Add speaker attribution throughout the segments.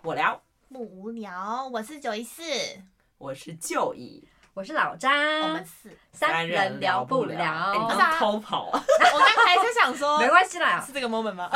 Speaker 1: 我聊，
Speaker 2: 不无聊。我是914，
Speaker 1: 我是就义，
Speaker 3: 我是老张，
Speaker 2: 我们
Speaker 3: 三人聊不聊。
Speaker 1: 你刚刚偷跑啊？
Speaker 2: 我刚才是想说，
Speaker 3: 没关系啦，
Speaker 2: 是这个 moment 吗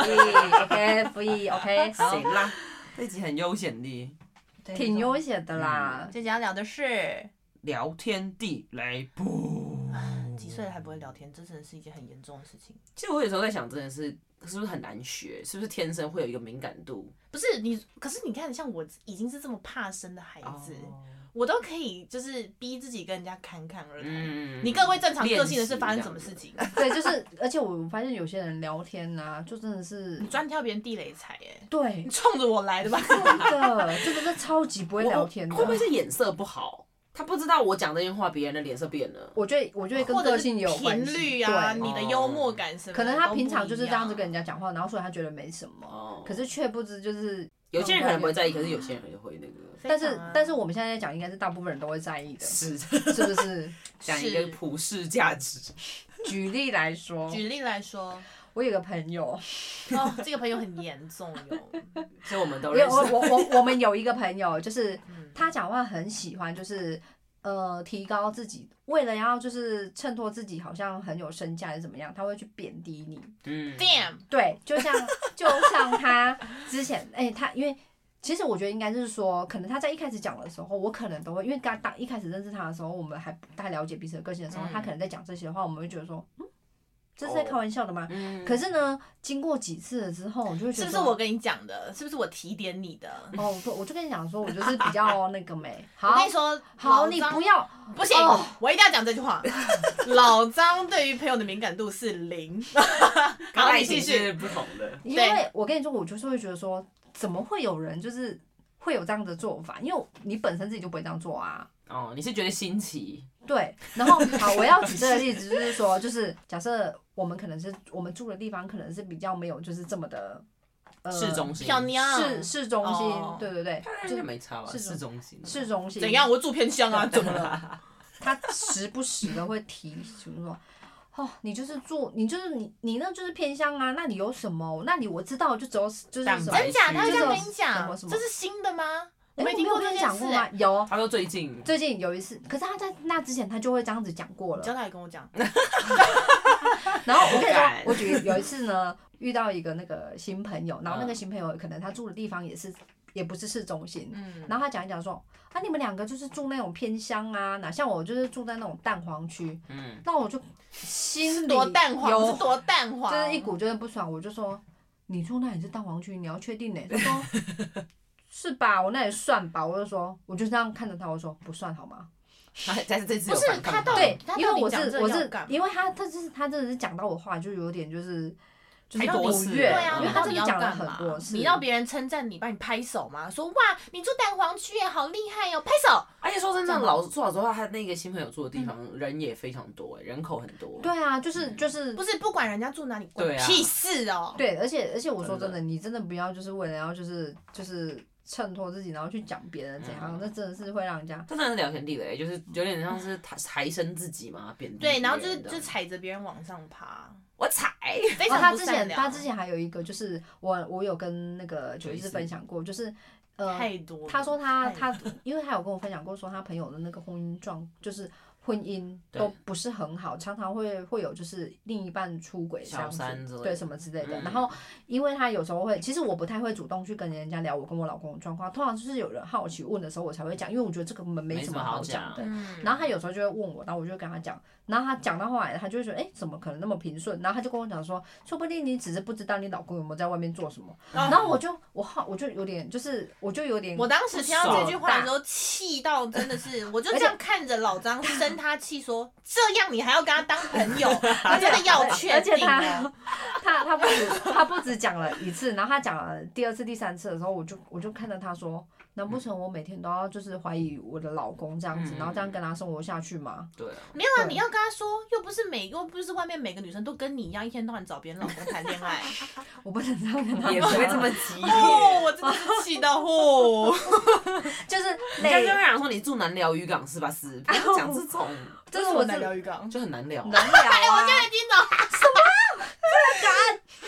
Speaker 3: ？OK， 好，
Speaker 1: 行啦，这集很悠闲的，
Speaker 3: 挺悠闲的啦。
Speaker 2: 这集要聊的是
Speaker 1: 聊天地雷不？
Speaker 2: 几岁了还不会聊天，这真的是一件很严重的事情。
Speaker 1: 其实我有时候在想，真的是不是很难学？是不是天生会有一个敏感度？
Speaker 2: 不是你，可是你看，像我已经是这么怕生的孩子，我都可以就是逼自己跟人家侃侃而谈。你各位正常个性的是发生什么事情？
Speaker 3: 对，就是，而且我发现有些人聊天啊，就真的是
Speaker 2: 你专挑别人地雷踩
Speaker 3: 对，
Speaker 2: 你冲着我来的吧？
Speaker 3: 真的是超级不会聊天的。
Speaker 1: 会不会是眼色不好？他不知道我讲这句话，别人的脸色变了。
Speaker 3: 我觉得跟个性有关系，
Speaker 2: 频率啊，你的幽默感什么的，
Speaker 3: 可能他平常就是这样子跟人家讲话，然后所以他觉得没什么，可是却不知就是
Speaker 1: 有些人可能不会在意，可是有些人也会那个。
Speaker 3: 但是我们现在在讲，应该是大部分人都会在意的，
Speaker 1: 是
Speaker 3: 不是？
Speaker 1: 讲一个普世价值。
Speaker 3: 举例来说，我有个朋友，
Speaker 2: 这个朋友很严重哟，
Speaker 1: 所以我们都认识。
Speaker 3: 我们有一个朋友，就是他讲话很喜欢，就是提高自己，为了要就是衬托自己好像很有身价还是怎么样，他会去贬低你。
Speaker 2: Damn，
Speaker 3: 对，就像他之前，他因为。其实我觉得应该就是说，可能他在一开始讲的时候，我可能都会，因为刚一开始认识他的时候，我们还不太了解彼此的个性的时候，他可能在讲这些的话，我们会觉得说，这是在开玩笑的吗？可是呢，经过几次了之后，我就会觉得，
Speaker 2: 是不是我跟你讲的？是不是我提点你的？
Speaker 3: 我就跟你讲说，我就是比较那个
Speaker 2: 好，我跟你说，
Speaker 3: 好，你不要，
Speaker 2: 不行，我一定要讲这句话。老张对于朋友的敏感度是0，
Speaker 1: 好，你继续不同的。
Speaker 3: 因为我跟你说，我就是会觉得说。怎么会有人就是会有这样的做法？因为你本身自己就不会这样做啊。
Speaker 1: 你是觉得新奇？
Speaker 3: 对，然后好，我要举这个例子，就是说，就是假设我们可能是我们住的地方可能是比较没有就是这么的
Speaker 1: 市中心，
Speaker 3: 市中心，对，
Speaker 1: 就没差吧？市中心
Speaker 2: 怎样？我住偏乡啊，怎么了？
Speaker 3: 他时不时的会提醒说。你就是住，你那就是偏乡啊，那你有什么？那我知道就只有就是什么？
Speaker 2: 真假？他会这样跟你讲？这是新的吗？我没听过
Speaker 3: 跟你讲过吗？有。
Speaker 1: 他说最近
Speaker 3: 有一次，可是他在那之前他就会这样子讲过了。
Speaker 2: 你叫他来跟我讲。
Speaker 3: 然后我跟你说，我举有一次呢，遇到一个那个新朋友，然后那个新朋友可能他住的地方也不是市中心，然后他讲一讲说，你们两个就是住那种偏乡啊，哪像我就是住在那种蛋黄区，那我就心里
Speaker 2: 多蛋黄，是多蛋黄，
Speaker 3: 就是一股就是不爽，我就说你住那里是蛋黄区，你要确定呢？他说是吧，我那里算吧，我就说我就这样看着他，我说不算好吗？
Speaker 1: 但是这次有
Speaker 2: 反抗他
Speaker 3: 对，因为我是因为他真的是讲到我话就有点就是
Speaker 1: 太多事，
Speaker 2: 对啊，
Speaker 3: 因为他真的讲了很多事。
Speaker 2: 你要别人称赞你，帮你拍手吗？说哇，你住蛋黄区耶，好厉害哦，拍手。
Speaker 1: 而且说真的，说老实话，他那个新朋友住的地方人也非常多，人口很多。
Speaker 3: 对啊，就是
Speaker 2: 不是不管人家住哪里，
Speaker 1: 对啊，
Speaker 2: 屁事哦。
Speaker 3: 对，而且我说真的，你真的不要就是为了要就是衬托自己，然后去讲别人怎样，那真的是会让人家。
Speaker 1: 这真的是聊天地雷，就是有点像是抬升自己嘛，贬低。
Speaker 2: 对，然后就踩着别人往上爬。
Speaker 1: 我踩，
Speaker 2: 非常不善
Speaker 3: 良。他之前还有一个，就是我有跟那个914分享过，就是
Speaker 2: 太多。
Speaker 3: 他说他因为他有跟我分享过，说他朋友的那个婚姻都不是很好，常常会有就是另一半出轨这样子，对什么之类的。然后因为他有时候会，其实我不太会主动去跟人家聊我跟我老公的状况，通常就是有人好奇问的时候我才会讲，因为我觉得这个没什么好讲的。然后他有时候就会问我，然后我就会跟他讲，然后他讲到后来，他就会觉得怎么可能那么平顺？然后他就跟我讲说不定你只是不知道你老公有没有在外面做什么。然后我就有点就是我
Speaker 2: 当时听到这句话的时候气到真的是，我就这样看着老张生他气说，这样你还要跟他当朋友，你真的要确定哦。
Speaker 3: 他不止讲了一次，然后他讲了第2次、第3次的时候，我就看着他说，难不成我每天都要就是怀疑我的老公这样子，然后这样跟他生活下去吗？
Speaker 1: 对，
Speaker 2: 没有啊，你要跟他说，又不是外面每个女生都跟你一样，一天到晚找别人老公谈恋爱。
Speaker 3: 我不能这样跟他，
Speaker 1: 也不会这么激烈。
Speaker 2: 我真的是气到
Speaker 3: 就是
Speaker 1: 人家就会讲说你住南寮渔港是吧？是，不要讲这种。
Speaker 2: 这是我南寮渔港
Speaker 1: 就很难聊。
Speaker 3: 难聊啊！
Speaker 2: 我现在听懂什么？
Speaker 3: 敢！
Speaker 2: 我跟你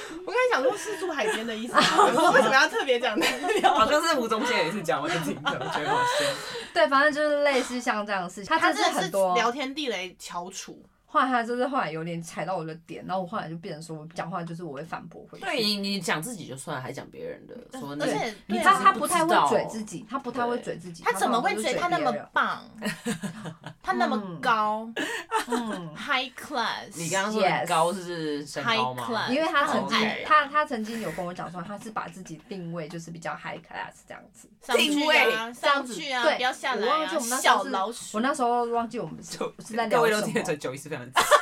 Speaker 2: 想说是住海边的意思吗？我说为什么要特别讲那个？
Speaker 1: 好像是吴宗宪也是讲，我就听着，我觉得好笑。
Speaker 3: 对，反正就是类似像这样的事情，
Speaker 2: 他
Speaker 3: 真的很多
Speaker 2: 聊天地雷翘楚。
Speaker 3: 后来他就是后来有点踩到我的点，然后我后来就变成说，我讲话就是我会反驳回去。
Speaker 1: 对你讲自己就算，还讲别人的，说
Speaker 2: 而且
Speaker 3: 他不太会嘴自己，他不太会嘴自己。
Speaker 2: 他怎么会嘴？他那么棒，他那么高，high class。
Speaker 1: 你刚刚说的高是身高吗？
Speaker 3: 因为他曾经有跟我讲说，他是把自己定位就是比较 high class 这样子。
Speaker 2: 定位上去啊，不要下来啊，小老鼠。
Speaker 3: 我那时候忘记我们是在聊什么。
Speaker 1: 各位都听得出914非常气。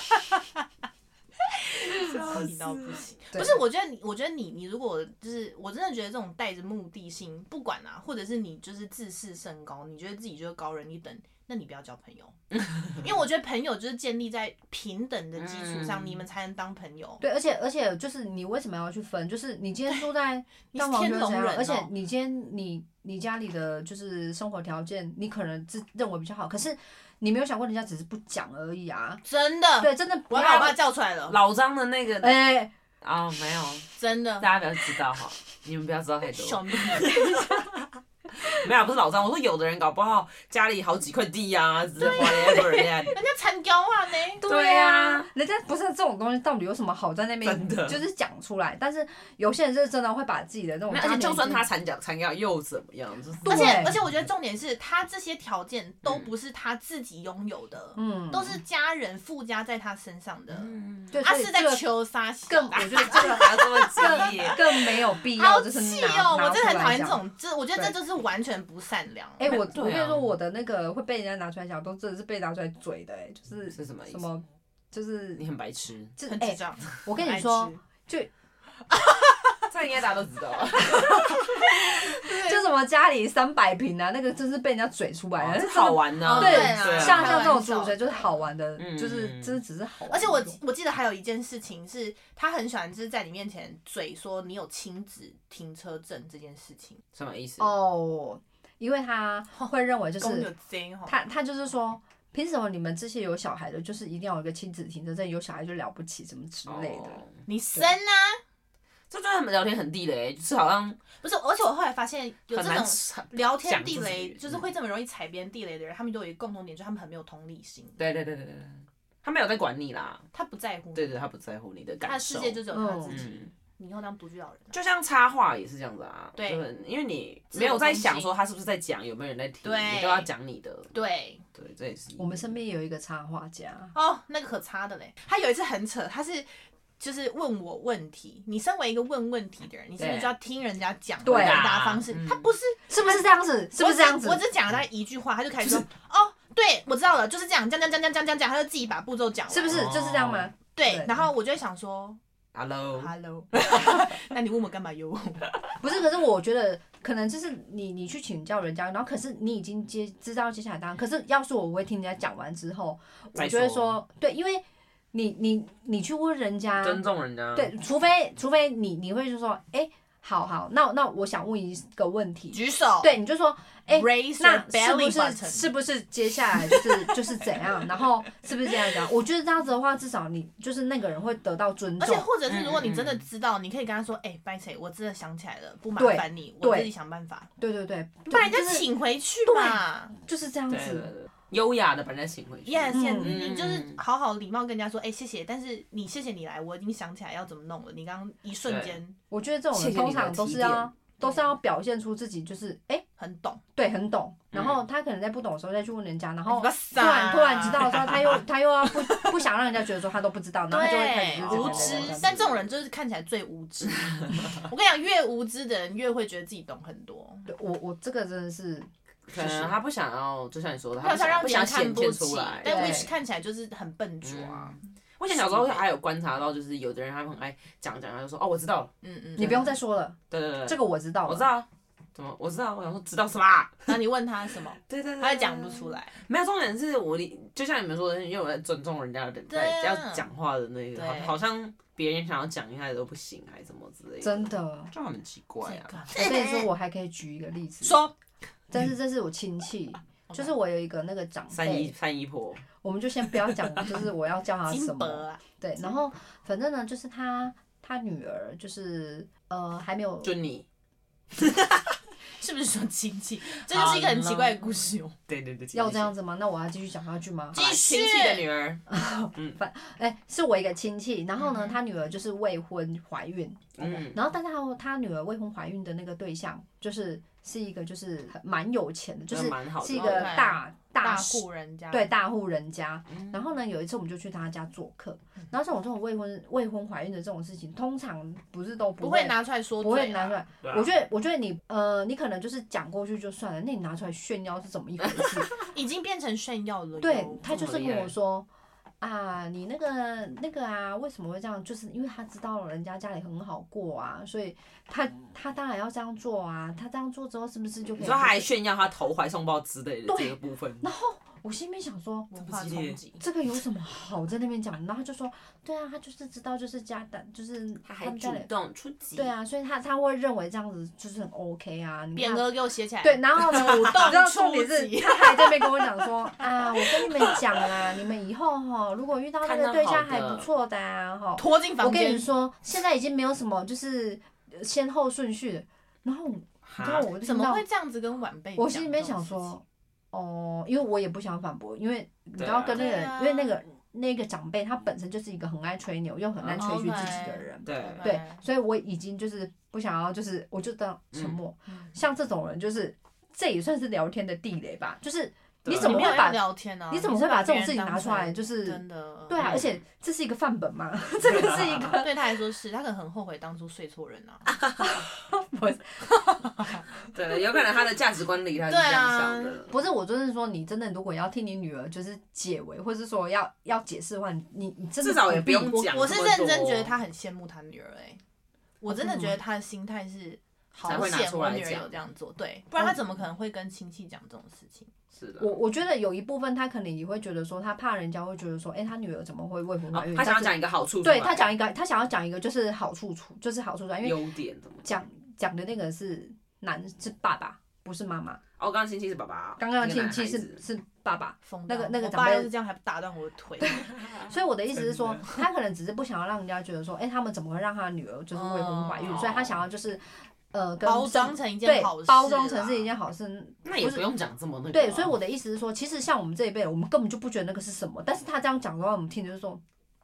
Speaker 2: 气到不行。不是，我觉得你如果就是我真的觉得这种带着目的性，不管啊，或者是你就是自视甚高，你觉得自己就是高人一等，那你不要交朋友。因为我觉得朋友就是建立在平等的基础上，你们才能当朋友。
Speaker 3: 对，而且就是你为什么要去分？就是你今天住在天龙人，而且你今天你家里的就是生活条件，你可能认为比较好，可是你没有想过人家只是不讲而已啊！
Speaker 2: 真的，
Speaker 3: 对，真的不要
Speaker 2: 我把我爸叫出来了。
Speaker 1: 老张的那个，没有，
Speaker 2: 真的，
Speaker 1: 大家不要知道哈，你们不要知道太多。
Speaker 2: 小妹，
Speaker 1: 没有，不是老张，我说有的人搞不好家里好几块地啊，只是花人家
Speaker 2: 参交啊呢。
Speaker 3: 对啊，人家不是这种东西，到底有什么好在那边就是讲出来？但是有些人是真的会把自己的那种，
Speaker 1: 而且就算他参加又怎么样？
Speaker 2: 而且我觉得重点是他这些条件都不是他自己拥有的，都是家人附加在他身上的。
Speaker 3: 对，
Speaker 2: 他是在求杀小。
Speaker 3: 更我觉得这个
Speaker 1: 还要这么激烈，
Speaker 3: 更没有必要，就是
Speaker 2: 气哦！我真的很讨厌这种，我觉得这就是完全不善良。
Speaker 3: 我跟你说，我的那个会被人家拿出来讲，都真的是被拿出来嘴的，就是
Speaker 1: 什么意思？
Speaker 3: 什么就是
Speaker 1: 你很白痴，
Speaker 2: 很智障。
Speaker 3: 我跟你说，就
Speaker 1: 这应该大家都知道。
Speaker 3: 就什么家里300坪啊，那个真是被人家嘴出来的，
Speaker 1: 是好玩的。
Speaker 3: 对，像这种主角就是好玩的，就是真的只是好玩。
Speaker 2: 而且我记得还有一件事情是，他很喜欢就是在你面前嘴说你有亲子停车证这件事情。
Speaker 1: 什么意思？
Speaker 3: 因为他会认为就是他就是说。凭什么你们这些有小孩的，就是一定要有一个亲子停车证，有小孩就了不起，什么之类的？
Speaker 2: 你生啊！
Speaker 1: 这真的聊天很地雷，就是好像
Speaker 2: 不是，而且我后来发现有这种聊天地雷，就是会这么容易踩别人地雷的人，他们都有一个共同点，就是他们很没有同理心。
Speaker 1: 对，他没有在管你啦，
Speaker 2: 他不在乎。
Speaker 1: 对，他不在乎你的感受，
Speaker 2: 他的世界就只有他自己。你以后当独居老人，
Speaker 1: 就像插话也是这样子啊。
Speaker 2: 对，
Speaker 1: 因为你没有在想说他是不是在讲，有没有人在听，你都要讲你的。
Speaker 2: 对，
Speaker 1: 这也是。
Speaker 3: 我们身边有一个插画家，
Speaker 2: 那个可插的嘞。他有一次很扯，他是就是问我问题。你身为一个问问题的人，你是不是就要听人家讲回答方式？他不是，
Speaker 3: 是不是这样子？是不是这样子？
Speaker 2: 我只讲了他一句话，他就开始说对，我知道了，就是这样，讲，他就自己把步骤讲完。
Speaker 3: 是不是就是这样吗？
Speaker 2: 对，然后我就会想说。
Speaker 1: Hello，
Speaker 2: 那你问我干嘛哟？
Speaker 3: 不是，可是我觉得可能就是你去请教人家，然后可是你已经知道接下来答案，可是要是我会听人家讲完之后，我就会说对，因为你去问人家，
Speaker 1: 尊重人家，
Speaker 3: 对，除非你会就说好，那我想问一个问题，
Speaker 2: 举手，
Speaker 3: 对，你就说
Speaker 2: 那
Speaker 3: 是不是接下来就是怎样，然后是不是这样讲？我觉得这样子的话，至少你就是那个人会得到尊重，
Speaker 2: 而且或者是如果你真的知道，你可以跟他说，白谁，我真的想起来了，不麻烦你，我自己想办法。
Speaker 3: 对，
Speaker 2: 把人家请回去嘛，
Speaker 3: 就是这样子。
Speaker 1: 优雅的把人家请回去。
Speaker 2: Yes， 你就是好好礼貌跟人家说，谢谢，但是谢谢你来，我已经想起来要怎么弄了。你刚刚一瞬间，
Speaker 3: 我觉得这种人通常都是要表现出自己就是
Speaker 2: 很懂，
Speaker 3: 对，很懂。然后他可能在不懂的时候再去问人家，然后突然知道的时候，他又要不想让人家觉得说他都不知道，然后他就会开始
Speaker 2: 无知。但这种人就是看起来最无知。我跟你讲，越无知的人越会觉得自己懂很多。
Speaker 3: 对，我这个真的是。
Speaker 1: 可能他不想要，就像你说的，他
Speaker 2: 不想
Speaker 1: 显现出来，
Speaker 2: 但 which 看起来就是很笨拙啊。
Speaker 1: 我以前小时候还有观察到，就是有的人他很爱讲，他就说我知道了，
Speaker 3: 你不用再说了，
Speaker 1: 对，
Speaker 3: 这个我知道了，
Speaker 1: 我知道，怎么我知道？我想说知道什么？
Speaker 2: 然后你问他什么？
Speaker 1: 对，
Speaker 2: 他也讲不出来。
Speaker 1: 没有重点是就像你们说的，因为我在尊重人家的人要讲话的那个，好像别人想要讲一下都不行，还是什么之类的，
Speaker 3: 真的，
Speaker 1: 就很奇怪啊。
Speaker 3: 我跟你说，我还可以举一个例子，
Speaker 2: 说。
Speaker 3: 但是这是我亲戚，就是我有一个那个长辈，
Speaker 1: 三姨婆，
Speaker 3: 我们就先不要讲，就是我要叫他什么，对，然后反正呢，就是他他女儿就是还没有，
Speaker 1: 就你。
Speaker 2: 是不是说亲戚？这就是一个很奇怪的故事哦。
Speaker 1: 对，
Speaker 3: 要这样子吗？那我要继续讲下去吗？
Speaker 2: 继续。
Speaker 1: 亲戚的女儿，
Speaker 3: 是我一个亲戚，然后呢，他女儿就是未婚怀孕，然后但是他女儿未婚怀孕的那个对象是一个就是蛮有钱的，就是是一个大
Speaker 2: 户人家，
Speaker 3: 对，大户人家。然后呢，有一次我们就去他家做客，然后这种未婚怀孕的这种事情，通常不是都
Speaker 2: 不会拿出来说，
Speaker 3: 不会拿出来。我觉得你可能就是讲过去就算了，那你拿出来炫耀是怎么一回事？
Speaker 2: 已经变成炫耀了。
Speaker 3: 对，他就是跟我说。啊，你那个啊，为什么会这样？就是因为他知道人家家里很好过啊，所以他当然要这样做啊。他这样做之后，是不是就可以？
Speaker 1: 你说他还炫耀他投怀送抱之类的这个部分。
Speaker 3: 然后我心里面想说，
Speaker 2: 文化冲击，
Speaker 3: 这个有什么好在那边讲？然后他就说，对啊，他就是知道就是家的，就是
Speaker 1: 他还主动出击。
Speaker 3: 对啊，所以他会认为这样子就是很 OK 啊。
Speaker 2: 匾额给我写起来。
Speaker 3: 对，然后呢，
Speaker 2: 主动出击，
Speaker 3: 他还在那边跟我讲说啊，我跟你们讲啊，你们以后哈，如果遇到那个对象还不错的啊，哈，
Speaker 2: 拖进房间。
Speaker 3: 我跟你说，现在已经没有什么就是先后顺序了。然后你知道我
Speaker 2: 怎么会这样子跟晚辈讲？
Speaker 3: 我心里面想说。因为我也不想反驳，因为你知道跟那个人，因为那个长辈他本身就是一个很爱吹牛又很爱吹嘘自己的人，对，所以我已经就是不想要，就是我就当沉默。像这种人，就是这也算是聊天的地雷吧，就是你怎么会把
Speaker 2: 聊天呢？
Speaker 3: 你怎么会把这种事情拿出来？就是
Speaker 2: 真的，
Speaker 3: 对啊，而且这是一个范本嘛，这个是一个
Speaker 2: 对他来说是，他可能很后悔当初睡错人啊。
Speaker 1: 对，有可能他的价值观里他是这样想的。
Speaker 3: 不是，我就是说，你真的如果要替你女儿就是解围，或是说要解释的话，你真的
Speaker 1: 至少也不用讲。
Speaker 2: 我是认真觉得他很羡慕他女儿我真的觉得他的心态是好险我女儿有这样做，对，不然他怎么可能会跟亲戚讲这种事情？
Speaker 1: 是的，
Speaker 3: 我觉得有一部分他可能也会觉得说，他怕人家会觉得说，他女儿怎么会未婚怀孕？
Speaker 1: 他想要讲一个好处，
Speaker 3: 对他想要讲一个就是好处出，就是好处出来，因为
Speaker 1: 优点怎么
Speaker 3: 讲的那个是爸爸，不是妈妈。
Speaker 1: 刚刚亲戚是爸爸，
Speaker 3: 刚刚亲戚是爸爸，那个
Speaker 2: 长辈是这样还打断我的腿。
Speaker 3: 所以我的意思是说，他可能只是不想要让人家觉得说，他们怎么会让他女儿就是未婚怀孕？所以他想要就是
Speaker 2: 包装成一件好事，
Speaker 3: 包装成是一件好事。
Speaker 1: 那也不用讲这么那个。
Speaker 3: 对，所以我的意思是说，其实像我们这一辈，我们根本就不觉得那个是什么，但是他这样讲的话，我们听就是说，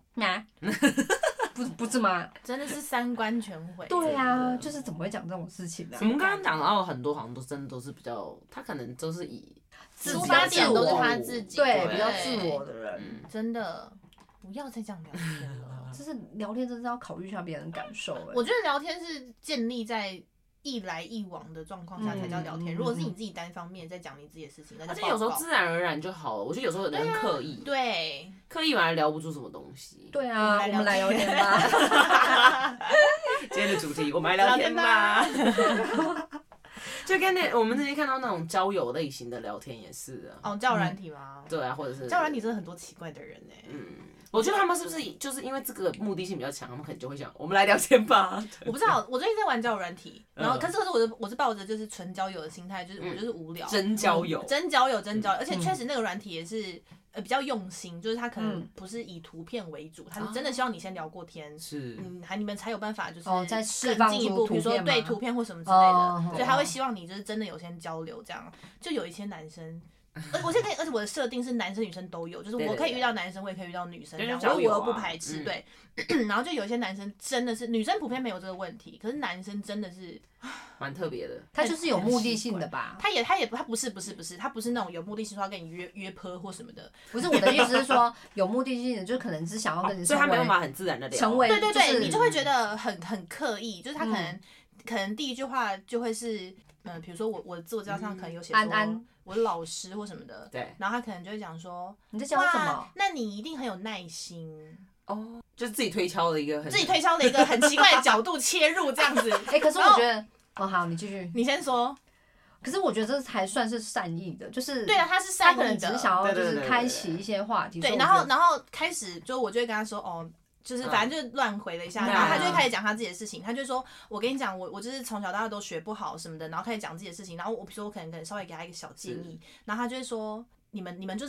Speaker 3: 不是吗？
Speaker 2: 真的是三观全毁。
Speaker 3: 对啊，就是怎么会讲这种事情呢？
Speaker 1: 我们刚刚讲到很多，好像都真的都是比较，他可能都是以
Speaker 2: 出发点都是他自己，
Speaker 3: 对，比较自我的人。
Speaker 2: 真的不要再这样聊天了。
Speaker 3: 就是聊天，真是要考虑一下别人感受。
Speaker 2: 我觉得聊天是建立在一来一往的状况下才叫聊天。如果是你自己单方面在讲你自己的事情，而且
Speaker 1: 有时候自然而然就好了。我觉得有时候有人刻意，
Speaker 2: 对，
Speaker 1: 刻意反而聊不出什么东西。
Speaker 3: 对啊，我们来聊天吧。
Speaker 1: 今天的主题，我们来聊天吧。就跟我们之前看到那种交友类型的聊天也是
Speaker 2: 啊。交友软体吗？
Speaker 1: 对啊，或者是
Speaker 2: 交友软体真的很多奇怪的人
Speaker 1: 我觉得他们是不是就是因为这个目的性比较强，他们可能就会想我们来聊天吧。
Speaker 2: 我不知道，我最近在玩交友软体，然后可是我是抱着就是纯交友的心态，就是我就是无聊。
Speaker 1: 真交友，
Speaker 2: 而且确实那个软体也是比较用心，就是他可能不是以图片为主，他是真的希望你先聊过天，你们才有办法就是更进一步，比如说对图片或什么之类的，所以他会希望你就是真的有先交流这样。就有一些男生。而且我的设定是男生女生都有，就是我可以遇到男生，我也可以遇到女生，这样我不排斥。对，然后就有一些男生真的是，女生普遍没有这个问题，可是男生真的是
Speaker 1: 蛮特别的。
Speaker 3: 他就是有目的性的吧？
Speaker 2: 他不是，他不是那种有目的性说要跟你约坡或什么的。
Speaker 3: 不是，我的意思是说有目的性的，就可能是想要跟你
Speaker 1: 所以他没有办法很自然的聊。
Speaker 3: 成为
Speaker 2: 对，你就会觉得很刻意，就是他可能第一句话就会是比如说我自我介绍上可能有写说我是老师或什么的，
Speaker 1: 对，
Speaker 2: 然后他可能就会讲说
Speaker 3: 你在教什么？
Speaker 2: 那你一定很有耐心
Speaker 1: 哦，就是自己推敲的一个
Speaker 2: 很奇怪的角度切入这样子。
Speaker 3: 可是我觉得好，你继续，
Speaker 2: 你先说。
Speaker 3: 可是我觉得这还算是善意的，就是
Speaker 2: 对啊，他是善意的，
Speaker 3: 他可能只是想要就是开启一些话题。
Speaker 2: 对，然后开始就我就会跟他说就是反正就乱回了一下，然后他就会开始讲他自己的事情，他就说我跟你讲，我就是从小到大都学不好什么的，然后开始讲自己的事情，然后我比如说我可能稍微给他一个小建议，然后他就会说你们就是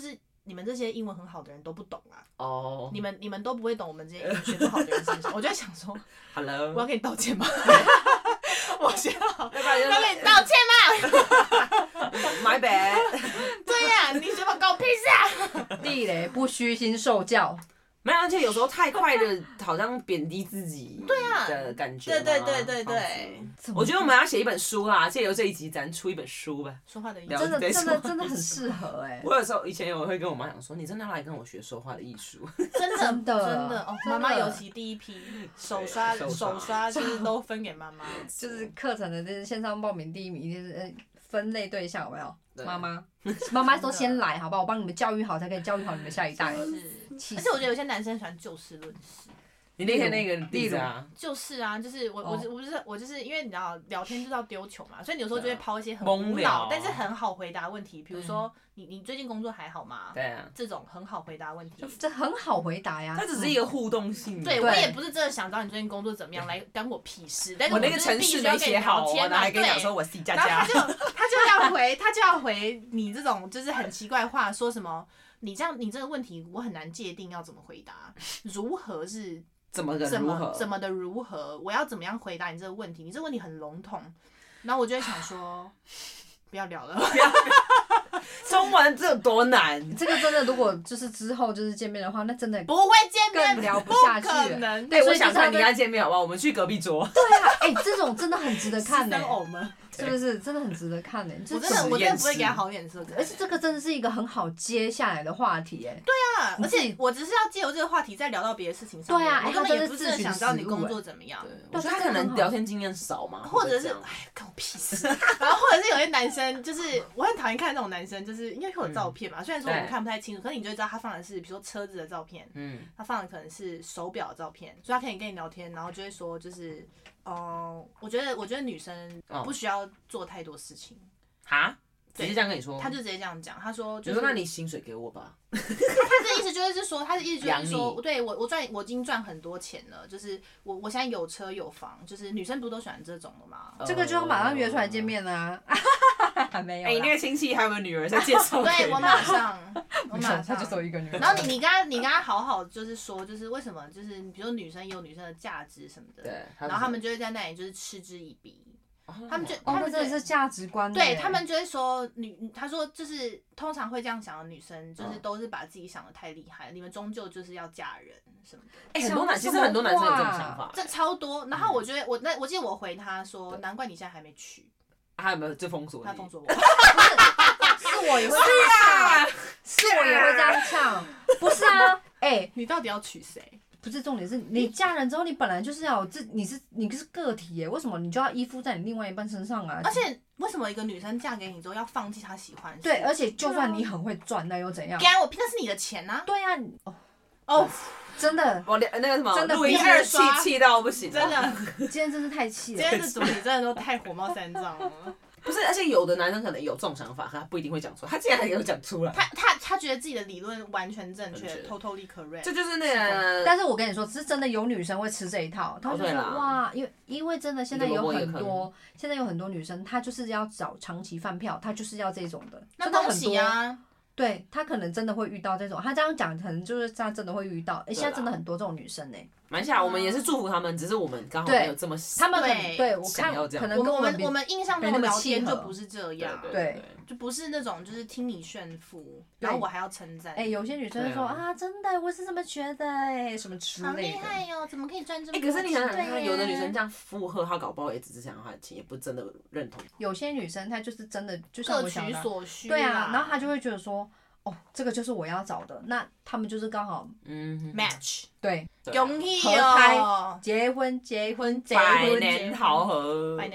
Speaker 2: 你们这些英文很好的人都不懂啊。
Speaker 1: 哦。
Speaker 2: 你们都不会懂我们这些英文学不好的人身上。我就在想说
Speaker 1: ，Hello，
Speaker 2: 我要跟你道歉吗？我先好，要
Speaker 1: 跟
Speaker 2: 你道歉吗
Speaker 1: ？My bad。
Speaker 2: 对呀，你怎么搞屁事啊？
Speaker 3: 地雷不虚心受教。
Speaker 1: 没有，而且有时候太快的，好像贬低自己的感觉。
Speaker 2: 对。
Speaker 1: 我觉得我们要写一本书啦，借由这一集咱出一本书吧。
Speaker 2: 说话的艺术
Speaker 3: 真的很适合
Speaker 1: 我有时候以前我会跟我妈讲说，你真的要来跟我学说话的艺术。
Speaker 2: 真的哦，妈妈尤其第一批手刷就是都分给妈妈。
Speaker 3: 就是课程的这线上报名第一名就是分类对象有没有？妈妈都先来，好不好？我帮你们教育好，才可以教育好你们下一代。
Speaker 2: 而且我觉得有些男生喜欢就事论事。
Speaker 1: 你那天那个例子啊，
Speaker 2: 就是我就是因为你知道聊天就是要丢球嘛，所以你有时候就会抛一些很无脑但是很好回答问题，比如说你最近工作还好吗？
Speaker 1: 对啊，
Speaker 2: 这种很好回答问题，
Speaker 3: 这很好回答呀。
Speaker 1: 它只是一个互动性。
Speaker 2: 对，我也不是真的想知道你最近工作怎么样，来干我屁事。但是
Speaker 1: 我那个程式没写好，我还跟你讲说我 C 加加。
Speaker 2: 然后他就要回你这种就是很奇怪话，说什么你这个问题我很难界定要怎么回答，如何是。怎么的如何？我要怎么样回答你这个问题？你这个问题很笼统，然后我就会想说，不要聊了。
Speaker 1: 中文这有多难？
Speaker 3: 这个真的，如果就是之后就是见面的话，那真的
Speaker 2: 不会见面，
Speaker 3: 更聊不下去。
Speaker 2: 不可能。
Speaker 1: 对，我想看你要见面好不好？我们去隔壁桌。
Speaker 3: 对啊，这种真的很值得看呢。是不是真的很值得看呢？
Speaker 2: 我真的不会给他好脸色看。
Speaker 3: 而且这个真的是一个很好接下来的话题哎。
Speaker 2: 对啊，而且我只是要借由这个话题再聊到别的事情上面。对啊，我根本也不是想知道你工作怎么样。
Speaker 1: 我觉得他可能聊天经验少嘛，
Speaker 2: 或者是干我屁事。然后或者是有些男生，就是我很讨厌看那种男生，就是因为会有照片嘛，虽然说我们看不太清楚，可是你就知道他放的是比如说车子的照片，他放的可能是手表的照片，所以他可以跟你聊天，然后就会说就是。我觉得女生不需要做太多事情。
Speaker 1: 哈？直接这样跟你说？
Speaker 2: 他就直接这样讲，他说
Speaker 1: 就是。那你薪水给我吧。
Speaker 2: 他的意思就是说，对我已经赚很多钱了，就是我现在有车有房，就是女生不都喜欢这种的吗？
Speaker 3: 这个就要马上约出来见面啊！没有。
Speaker 1: 你那个亲戚还有没有女儿在介绍？
Speaker 2: 对，我马上。
Speaker 3: 他就走一个女儿。
Speaker 2: 然后你跟他好好就是说，就是为什么就是比如说女生也有女生的价值什么的，对。然后他们就会在那里就是嗤之以鼻。他们
Speaker 3: 真的是价值观。
Speaker 2: 对，他们就会说他说就是通常会这样想的女生，就是都是把自己想的太厉害了，你们终究就是要嫁人什么的。
Speaker 1: 其实很多男生有这种想法，
Speaker 2: 这超多。然后我觉得我记得我回他说，难怪你现在还没娶。
Speaker 1: 他有没有就封锁你？
Speaker 2: 他封锁我。
Speaker 3: 是我也会这样唱，是我也会这样唱。不是啊，
Speaker 2: 你到底要娶谁？
Speaker 3: 不是重点是你嫁人之后，你本来就是要有你是个体耶，为什么你就要依附在你另外一半身上啊？
Speaker 2: 而且为什么一个女生嫁给你之后要放弃她喜欢的事？
Speaker 3: 对，而且就算你很会赚，那又怎样？
Speaker 2: 干我那是你的钱啊！
Speaker 3: 对啊，真的，
Speaker 1: 我那个什么，
Speaker 3: 真的
Speaker 1: 录音气到不行，
Speaker 2: 真的，
Speaker 3: 今天真是太气了，
Speaker 2: 今天的主题真的都太火冒三丈了。
Speaker 1: 不是，而且有的男生可能有这种想法，可他不一定会讲出来。他竟然还有讲出来，
Speaker 2: 他觉得自己的理论完全正确 ，totally correct。
Speaker 1: 这就是那个。
Speaker 3: 但是我跟你说，是真的有女生会吃这一套，她就说哇，因为真的现在有很多女生，她就是要找长期饭票，她就是要这种的。
Speaker 2: 那恭喜啊！
Speaker 3: 对，她可能真的会遇到这种，她这样讲可能就是她真的会遇到。现在真的很多这种女生
Speaker 1: 蛮想，我们也是祝福他们，只是我们刚好没有这么
Speaker 3: 他们对我看可能跟
Speaker 2: 我们印象中的聊天就不是这样，
Speaker 3: 对，
Speaker 2: 就不是那种就是听你炫富，然后我还要称赞。
Speaker 3: 有些女生就说啊，真的，我是这么觉得什么之类的。
Speaker 2: 好厉害哟，怎么可以赚这么多钱？
Speaker 1: 可是你想想，有的女生这样附和，她搞不好也只是想要她的钱，也不真的认同。
Speaker 3: 有些女生她就是真的，就像我想的，
Speaker 2: 各取所需。
Speaker 3: 对啊，然后她就会觉得说。这个就是我要找的，那他们就是刚好
Speaker 2: match，
Speaker 3: 对，
Speaker 2: 容易
Speaker 3: 合拍，结婚，
Speaker 1: 百年好合
Speaker 2: 啦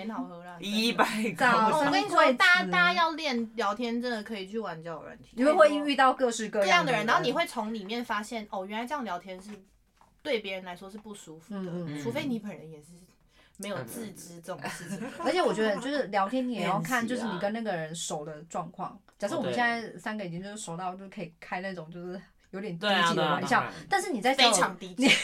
Speaker 1: ，100个。
Speaker 2: 我跟你说，大家要练聊天，真的可以去玩交友软体，
Speaker 3: 你们会遇到各式各样
Speaker 2: 的人，然后你会从里面发现，原来这样聊天是对别人来说是不舒服的，除非你本人也是。没有自知这种事情，
Speaker 3: 而且我觉得就是聊天，你也要看就是你跟那个人熟的状况。假设我们现在3个已经就是熟到就可以开那种就是有点低级的玩笑，但是你在
Speaker 2: 非常低级，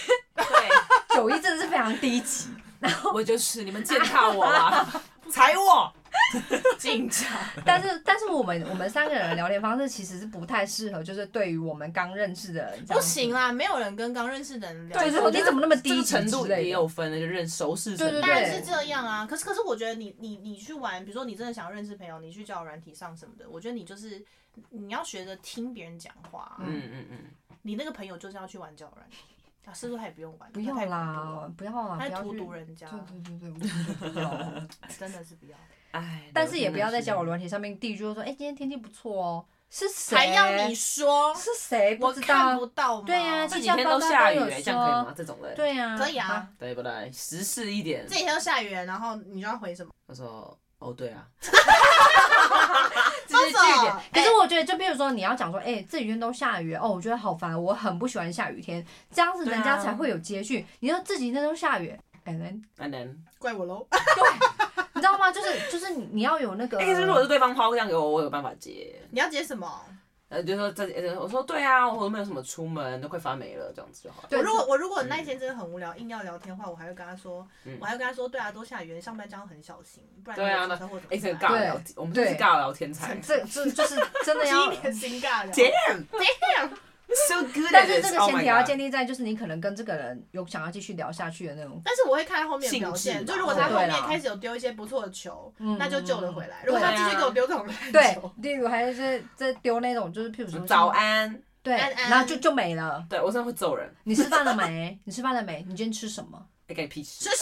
Speaker 3: 对，91真的是非常低级。然后
Speaker 1: 我就是你们践踏我啦，踩我，
Speaker 2: 进场。
Speaker 3: 但是我们3个人的聊天方式其实是不太适合，就是对于我们刚认识的人。
Speaker 2: 不行啦，没有人跟刚认识的人聊。
Speaker 3: 对，你怎么那么低
Speaker 1: 程度也有分的，就熟识程度。
Speaker 2: 当然是这样啊，可是我觉得你去玩，比如说你真的想要认识朋友，你去交友软体上什么的，我觉得你就是你要学着听别人讲话。你那个朋友就是要去玩交友软体。是不是他也不用玩？
Speaker 3: 不要啦，不要啦，
Speaker 2: 他荼毒人家。
Speaker 3: 对，我觉得不要，
Speaker 2: 真的是不要。
Speaker 3: 但是也不要在交友软体上面第一句就说，今天天气不错哦。是谁？
Speaker 2: 还要你说？
Speaker 3: 是谁？
Speaker 2: 我看不到吗？
Speaker 3: 对呀，
Speaker 1: 这几天都下雨，这样可以吗？这种的。
Speaker 3: 对呀，
Speaker 2: 可以啊。
Speaker 1: 对不对？时事一点。
Speaker 2: 这几天都下雨，然后你就要回什么？
Speaker 1: 他说：“哦，对啊。”
Speaker 3: 这是句点。可是我觉得，就比如说你要讲说，这几天都下雨，我觉得好烦，我很不喜欢下雨天，这样子人家才会有接续。你说这几天都下雨，and then
Speaker 2: 怪我喽。
Speaker 3: 对，你知道吗？就是你要有那个。
Speaker 1: 如果是对方抛这样给我，我有办法接。
Speaker 2: 你要接什么？
Speaker 1: 就说我说对啊，我都没有什么出门，都快发霉了，这样子就好了。
Speaker 2: 我如果那一天真的很无聊，硬要聊天的话，我还会跟他说，对啊，都下雨，上班这样很小心，不然
Speaker 1: 对啊，
Speaker 2: 那车祸怎么办？
Speaker 1: 这个尬聊，我们就是尬聊天才。
Speaker 3: 这就是真的要
Speaker 2: 今年新尬聊。
Speaker 1: Damn。So good，
Speaker 3: 但是这个前提要建立在就是你可能跟这个人有想要继续聊下去的那种。
Speaker 2: 但是我会看他后面的表现，就如果他后面开始有丢一些不错的球，那就救得回来。如果他继续给我丢这种烂球，
Speaker 3: 对，例如还是在丢那种就是譬如说
Speaker 1: 早安，
Speaker 3: 对，然后就没了。
Speaker 1: 对我真的会揍人。
Speaker 3: 你吃饭了没？你吃饭了没？你今天吃什么？
Speaker 1: 关你屁事。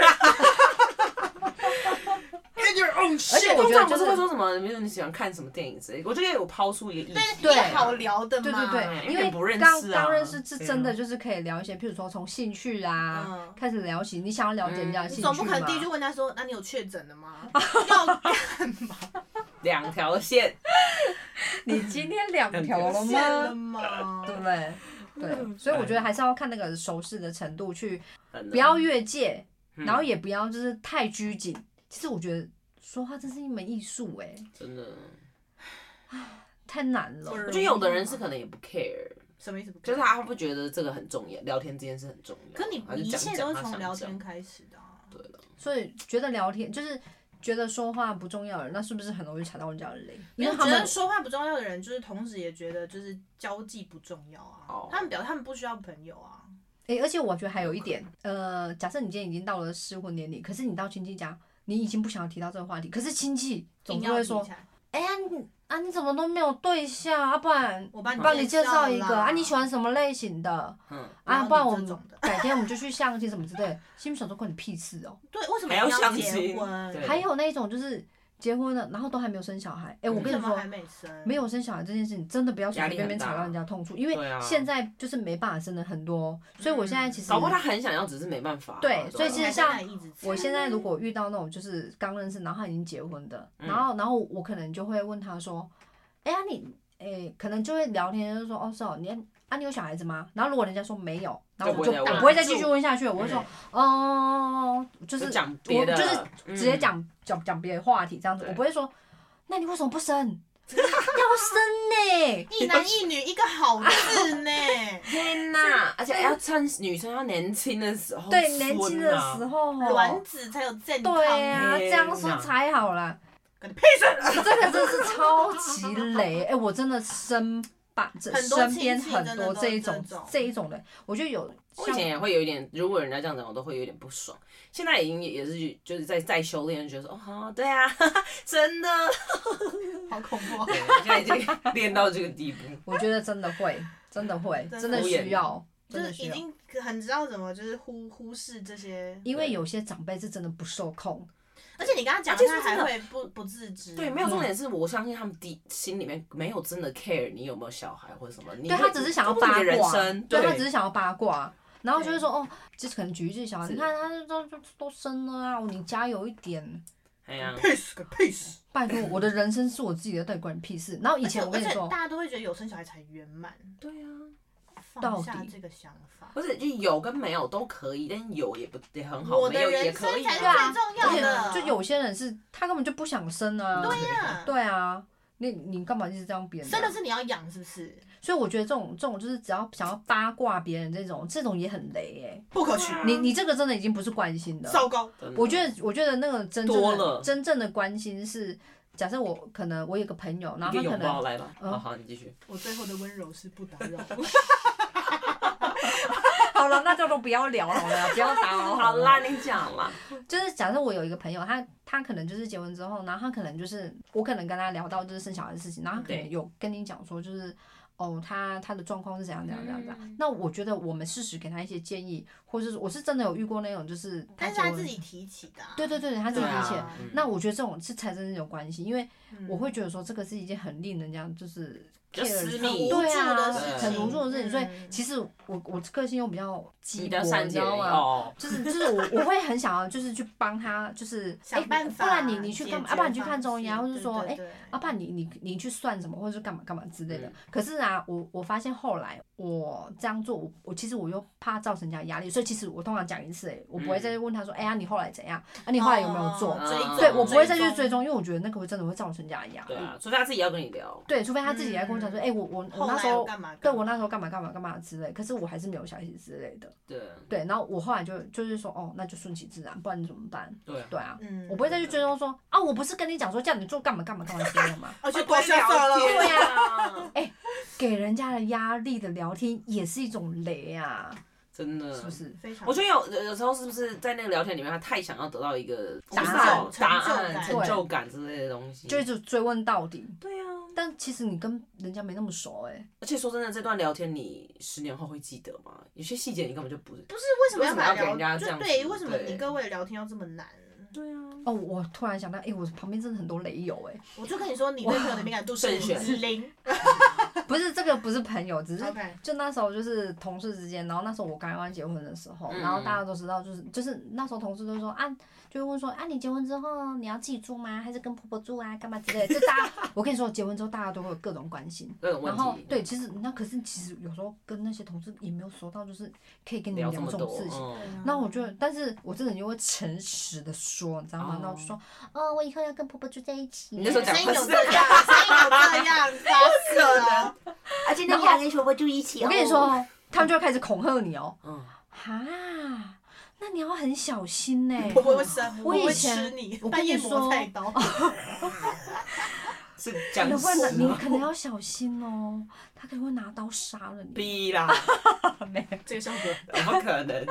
Speaker 3: 而且我觉得就是
Speaker 1: 会说什么，比如你喜欢看什么电影之类的，我就给我抛出一个议题，
Speaker 2: 对，好聊的嘛。
Speaker 3: 对，因为刚认识是真的就是可以聊一些，譬如说从兴趣啦开始聊起，你想要了解人家的兴趣嘛。
Speaker 2: 总不可能第一句问他说：“那你有确诊了吗？要干嘛
Speaker 1: ？”2条线。
Speaker 3: 你今天2条了吗？对不对？对，所以我觉得还是要看那个熟识的程度去，不要越界，然后也不要就是太拘谨。其实我觉得说话真是一门艺术
Speaker 1: 真的，
Speaker 3: 太难了。
Speaker 1: 我觉得有的人是可能也不 care，
Speaker 2: 什么意思不 care？
Speaker 1: 就是他不觉得这个很重要，聊天这件事很重要。
Speaker 2: 可你一切都是从聊天开始的。
Speaker 1: 对了，
Speaker 3: 所以觉得聊天就是觉得说话不重要的人，那是不是很容易踩到人家的雷？
Speaker 2: 因为觉得说话不重要的人，就是同时也觉得就是交际不重要啊。他们不需要朋友啊。
Speaker 3: 而且我觉得还有一点，假设你今天已经到了适婚年龄，可是你到亲戚家。你已经不想要提到这个话题，可是亲戚总是会说：“你怎么都没有对象啊？不然
Speaker 2: 我帮
Speaker 3: 你介绍一个啊？你喜欢什么类型的？不然我们改天我们就去相亲什么之类的。”心里想说关你屁事哦。
Speaker 2: 对，为什么
Speaker 1: 要
Speaker 2: 结婚？
Speaker 3: 还有那种就是结婚了，然后都还没有生小孩。我跟你说，没有生小孩这件事情真的不要随随便便踩到人家痛处，因为现在就是没办法生的很多，所以我现在其实
Speaker 1: 搞不好他很想要，只是没办法。
Speaker 3: 对，所以其实像我现在如果遇到那种就是刚认识，然后他已经结婚的，然后我可能就会问他说，你可能就会聊天，就说是哦，你有小孩子吗？然后如果人家说没有，然后我不会再继续问下去，我会说就是
Speaker 1: 讲别的，
Speaker 3: 就是直接讲别的话题这样子，我不会说，那你为什么不生？要生呢，
Speaker 2: 一男一女一个好字呢，
Speaker 1: 天哪！而且要趁女生要年轻的时候，
Speaker 3: 对，年轻的时候，
Speaker 2: 卵子才有健康。
Speaker 3: 对啊，这样说才好啦。
Speaker 2: 跟你屁事！
Speaker 3: 这个真是超级雷，我真的身边很多这一种的，我觉得有。
Speaker 1: 我以前也会有一点，如果人家这样讲，我都会有点不爽。现在已经也是就是在修炼，觉得说对啊，真的，
Speaker 2: 好恐怖。
Speaker 1: 现在已经练到这个地步。
Speaker 3: 我觉得真的会，真的需要，
Speaker 2: 就是已经很知道怎么就是忽视这些，
Speaker 3: 因为有些长辈是真的不受控。
Speaker 2: 而且你跟他讲，他还会不自知。
Speaker 1: 对，没有重点是，我相信他们心里面没有真的 care 你有没有小孩或者什么。
Speaker 3: 对，他只是想要八卦。
Speaker 1: 对，
Speaker 3: 他只是想要八卦。然后就会说就是可能举例小孩，你看他都生了啊，你加油一点。
Speaker 1: 哎呀，
Speaker 2: 屁事个屁事！
Speaker 3: 拜托，我的人生是我自己的，到底关你屁事？然后以前我跟你说，
Speaker 2: 大家都会觉得有生小孩才圆满。
Speaker 1: 对啊，
Speaker 2: 放下这个想法。
Speaker 1: 不是，就有跟没有都可以，但有也很好，没有也可以。
Speaker 2: 我的人生才是最重要的。
Speaker 3: 就有些人是他根本就不想生啊。
Speaker 2: 对呀。
Speaker 3: 对啊，你干嘛一直这样编？
Speaker 2: 生的是你要养，是不是？
Speaker 3: 所以我觉得这种就是只要想要八卦别人这种也很雷
Speaker 2: 不可取。
Speaker 3: 你这个真的已经不是关心的，
Speaker 2: 糟糕。
Speaker 3: 我觉得那个真正的关心是。假设我有个朋友，然后他可能
Speaker 1: 来吧，好，你继续。
Speaker 2: 我最后的温柔是不打扰。
Speaker 3: 好了，那就都不要聊好了，不要打扰。
Speaker 1: 好啦，你讲啦。
Speaker 3: 就是假设我有一个朋友，他可能就是结婚之后，然后他可能就是我可能跟他聊到就是生小孩的事情，然后他可能有跟你讲说就是他的状况是怎样。那我觉得我们适时给他一些建议，或者是我是真的有遇过那种就是
Speaker 2: 但是他自己提起的。
Speaker 3: 对，他自己提起的。那我觉得这种是才真正有关系，因为我会觉得说这个是一件很令人家就是
Speaker 1: 私密，
Speaker 3: 对啊，
Speaker 2: 很
Speaker 3: 无助的事情，所以其实我个性又比较激烈，你知道
Speaker 1: 吗？
Speaker 3: 就是我会很想要就是去帮他，就是
Speaker 2: 想办法，
Speaker 3: 不然你去干嘛？要不然你去看中医啊，或者说要不然你去算什么，或者是干嘛之类的。可是啊，我发现后来我这样做，我其实我又怕造成人家压力，所以其实我通常讲一次，我不会再问他说，哎呀你后来怎样？啊你后来有没有做？对，我不会再去追踪，因为我觉得那个真的会造成人家的压力。
Speaker 1: 对啊，除非他自己要跟你聊。
Speaker 3: 对，除非他自己来跟我讲说，我那时候对我那时候干嘛之类，可是我还是没有消息之类的。对，然后我后来就是说，那就顺其自然，不然你怎么办？对啊，我不会再去追踪说啊，我不是跟你讲说叫你做干嘛之类的吗？
Speaker 2: 就多下色了。
Speaker 3: 对呀，给人家的压力的聊天也是一种雷啊。
Speaker 1: 真的，
Speaker 3: 是不是？
Speaker 1: 我觉得有时候是不是在那个聊天里面，他太想要得到一个
Speaker 3: 答案、
Speaker 1: 成就感之类的东西，
Speaker 3: 就一直追问到底。
Speaker 1: 对啊，
Speaker 3: 但其实你跟人家没那么熟
Speaker 1: 而且说真的，这段聊天你10年后会记得吗？有些细节你根本就不是。
Speaker 2: 为什么要
Speaker 1: 给人家这样？
Speaker 2: 对，为什么你各位聊天要这么难？
Speaker 1: 对啊。
Speaker 3: 我突然想到，我旁边真的很多雷友
Speaker 2: 我就跟你说，你对朋友的敏感度是0。
Speaker 3: 不是这个不是朋友，只是就那时候就是同事之间，然后那时候我刚刚结婚的时候，然后大家都知道就是那时候同事都说啊，就会问说啊你结婚之后你要自己住吗？还是跟婆婆住啊？干嘛之类的？就大家我跟你说结婚之后大家都会有各种关心，然后对，其实有时候跟那些同事也没有熟到就是可以跟你聊这种事情，那我觉得，但是我这个人就会诚实的说，你知道吗？那我就说我以后要跟婆婆住在一起。
Speaker 1: 你那时候讲
Speaker 2: 声音有这样，发死了。
Speaker 4: 而且那你要跟婆婆住一起
Speaker 3: 我跟你说，他们就会开始恐嚇你那你要很小心
Speaker 2: 婆婆会生，
Speaker 3: 我以前我跟你说，
Speaker 1: 是僵尸，
Speaker 3: 你可能要小心他可能会拿刀杀了你。
Speaker 1: 逼啦，
Speaker 2: 没有这个效果，
Speaker 1: 怎么可能？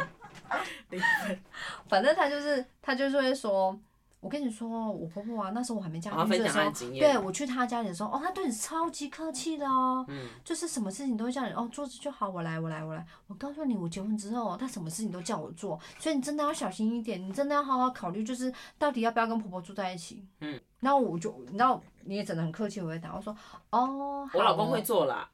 Speaker 3: 反正他就是会说。我跟你说，我婆婆那时候我还没嫁进去的时候，对我去她家里的时候，她对你超级客气的就是什么事情都会叫你桌子就好，我来。我告诉你，我结婚之后，她什么事情都叫我做，所以你真的要小心一点，你真的要好好考虑，就是到底要不要跟婆婆住在一起。然后我就，你知道，你也真的很客气，我会答，我说
Speaker 1: 我老公会做啦。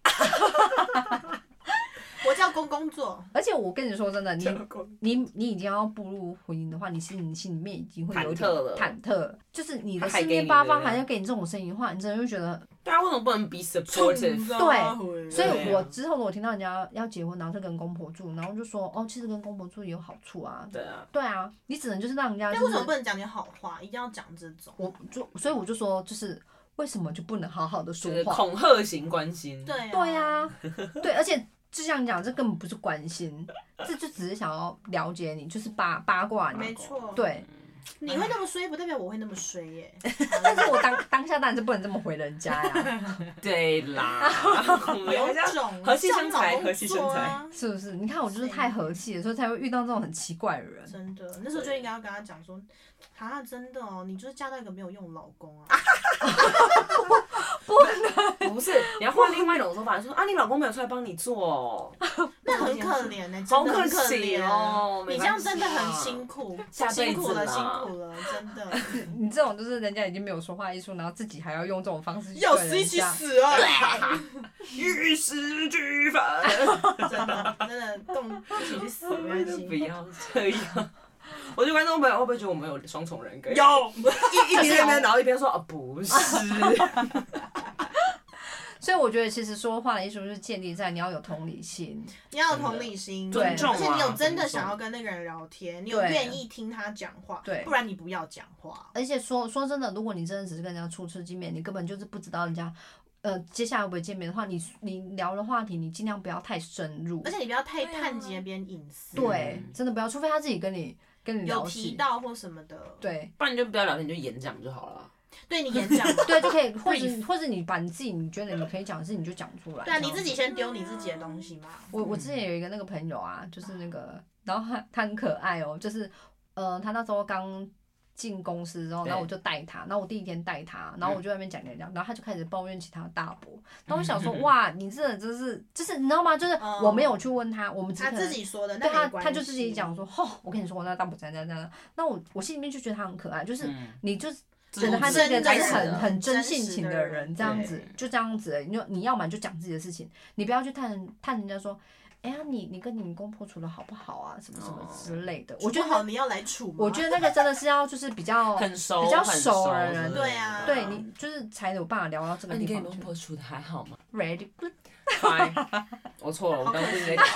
Speaker 2: 我叫公公做，
Speaker 3: 而且我跟你说真的，你已经要步入婚姻的话，你心里面已经会有点忐忑，就是你的四面八方还要给你这种声音的话，你真的会觉得，
Speaker 1: 对啊，为什么不能 be supportive？
Speaker 3: 对，所以我之后我听到人家要结婚，然后就跟公婆住，然后就说其实跟公婆住也有好处啊。对啊，你只能就是让人家。
Speaker 2: 但为什么不能讲点好话，一定要讲这种？
Speaker 3: 所以我就说，就是为什么就不能好好的说话？
Speaker 1: 恐吓型关心。
Speaker 3: 对啊，对，而且。就像讲，这根本不是关心，这就只是想要了解你，就是八卦你。
Speaker 2: 没错。
Speaker 3: 对。
Speaker 2: 你会那么衰，不代表我会那么衰耶。
Speaker 3: 但是我当下当然是不能这么回人家呀。
Speaker 1: 对啦。
Speaker 2: 有种
Speaker 1: 和气生财，和气生财。
Speaker 3: 是不是？你看我就是太和气了，所以才会遇到这种很奇怪的人。
Speaker 2: 真的，那时候就应该要跟他讲说，真的你就是嫁到一个没有用的老公啊。
Speaker 1: 不是，你要换另外一种说法，说你老公没有出来帮你做
Speaker 2: 那很可怜
Speaker 1: 好
Speaker 2: 可
Speaker 1: 怜
Speaker 2: 你这样真的很辛苦，辛苦了，真的。
Speaker 3: 你这种就是人家已经没有说话艺术，然后自己还要用这种方式去
Speaker 2: 要死一起死啊！
Speaker 1: 玉石俱焚，
Speaker 2: 真的一起去死没关系。
Speaker 1: 不要这样。我觉得观众朋友会不会觉得我们有双重人格？
Speaker 2: 有，
Speaker 1: 一边然后一边说不是。
Speaker 3: 所以我觉得其实说话的艺术就是建立在你要有同理心，
Speaker 2: 你要有同理心，
Speaker 1: 尊重，
Speaker 2: 而且你有真的想要跟那个人聊天，你有愿意听他讲话，不然你不要讲话。
Speaker 3: 而且说真的，如果你真的只是跟人家初次见面，你根本就是不知道人家接下来会不会见面的话，你聊的话题你尽量不要太深入，
Speaker 2: 而且你不要太探及别人隐私。
Speaker 3: 对，真的不要，除非他自己跟你聊起
Speaker 2: 有提到或什么的。
Speaker 3: 对，
Speaker 1: 不然你就不要聊天，你就演讲就好了。
Speaker 2: 对你演讲，
Speaker 3: 对就可以，或者你把你自己你觉得你可以讲的事你就讲出来。
Speaker 2: 对啊，你自己先丢你自己的东西嘛。
Speaker 3: 我之前有一个那个朋友啊，就是那个，然后他很可爱哦，就是他那时候刚进公司之后，然后我就带他，然后我第一天带他，然后我就在那边讲，然后他就开始抱怨起他的大伯，然后我想说哇，你这就是你知道吗？就是我没有去问他，我们
Speaker 2: 他自己说的，
Speaker 3: 对他就自己讲说，我跟你说我那大伯这样，那我心里面就觉得他很可爱，就是你就是觉得他是一个就是很真性情的人，这样子就这样子，你要么就讲自己的事情，你不要去探人家说。哎呀，你跟你公婆处的好不好啊？什么什么之类的，我觉得
Speaker 2: 你要来处吗？
Speaker 3: 我觉得那个真的是要就是比较
Speaker 1: 很熟
Speaker 3: 比较熟的人，
Speaker 2: 对啊，
Speaker 3: 对你就是才有办法聊到这个地方。
Speaker 1: 你跟你公婆处的还好吗
Speaker 3: ？Ready good，
Speaker 1: fine， 我错了，我刚刚不应该讲。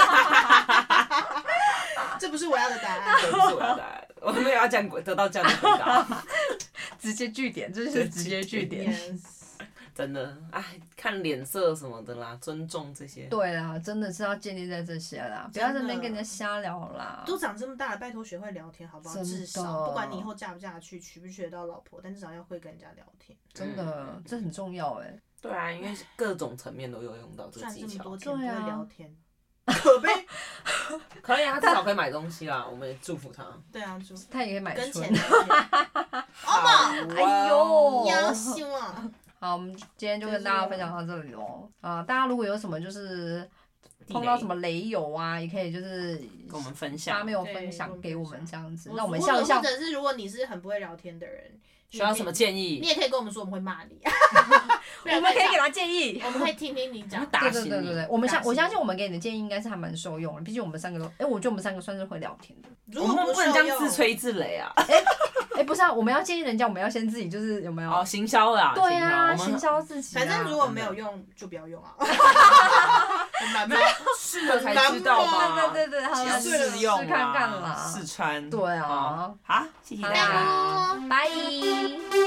Speaker 2: 这不是我要的答案，
Speaker 1: 这不是我要的答案，我没有要讲得到这样的回答。
Speaker 3: 直接句点，这是直接句点。
Speaker 1: 真的，哎，看脸色什么的啦，尊重这些。
Speaker 3: 对啦，真的是要建立在这些啦，不要在那边跟人家瞎聊啦。
Speaker 2: 都长这么大了，拜托学会聊天好不好？至少不管你以后嫁不嫁得去，娶不娶得到老婆，但至少要会跟人家聊天。
Speaker 3: 真的，这很重要哎。
Speaker 1: 对啊，因为各种层面都有用到这个技巧。
Speaker 2: 赚这么多钱不会聊天，
Speaker 1: 可悲。可以啊，他至少可以买东西啦，我们也祝福他。
Speaker 2: 对啊，祝福
Speaker 3: 他也可以买
Speaker 2: 跟
Speaker 3: 春。
Speaker 2: 钱
Speaker 3: 哎呦，
Speaker 2: 要羞啊！
Speaker 3: 好，我们今天就跟大家分享到这里喽。大家如果有什么就是碰到什么雷友啊，也可以就是
Speaker 1: 跟我们分享，
Speaker 3: 发没有分享给我们这样子，
Speaker 2: 那
Speaker 3: 我们笑一笑。
Speaker 2: 或者是如果你是很不会聊天的人，
Speaker 1: 需要什么建议？
Speaker 2: 你也可以跟我们说，我们会骂你。
Speaker 3: 我们可以给他建议，
Speaker 2: 我们可以听听你讲。
Speaker 3: 对，我相信我们给你的建议应该是还蛮受用的，毕竟我们三个都，我觉得我们三个算是会聊天的。
Speaker 1: 我们不能这样自吹自擂啊！
Speaker 3: 不是啊，我们要建议人家，我们要先自己就是有没有？
Speaker 1: 行销啦。
Speaker 3: 对啊，行销自己。
Speaker 2: 反正如果没有用就不要用啊。
Speaker 1: 很难吗？试了才知道嘛。
Speaker 3: 对，
Speaker 1: 试用
Speaker 3: 试看看啦，
Speaker 1: 试穿。
Speaker 3: 对啊。
Speaker 1: 好，谢谢大家，
Speaker 3: 拜。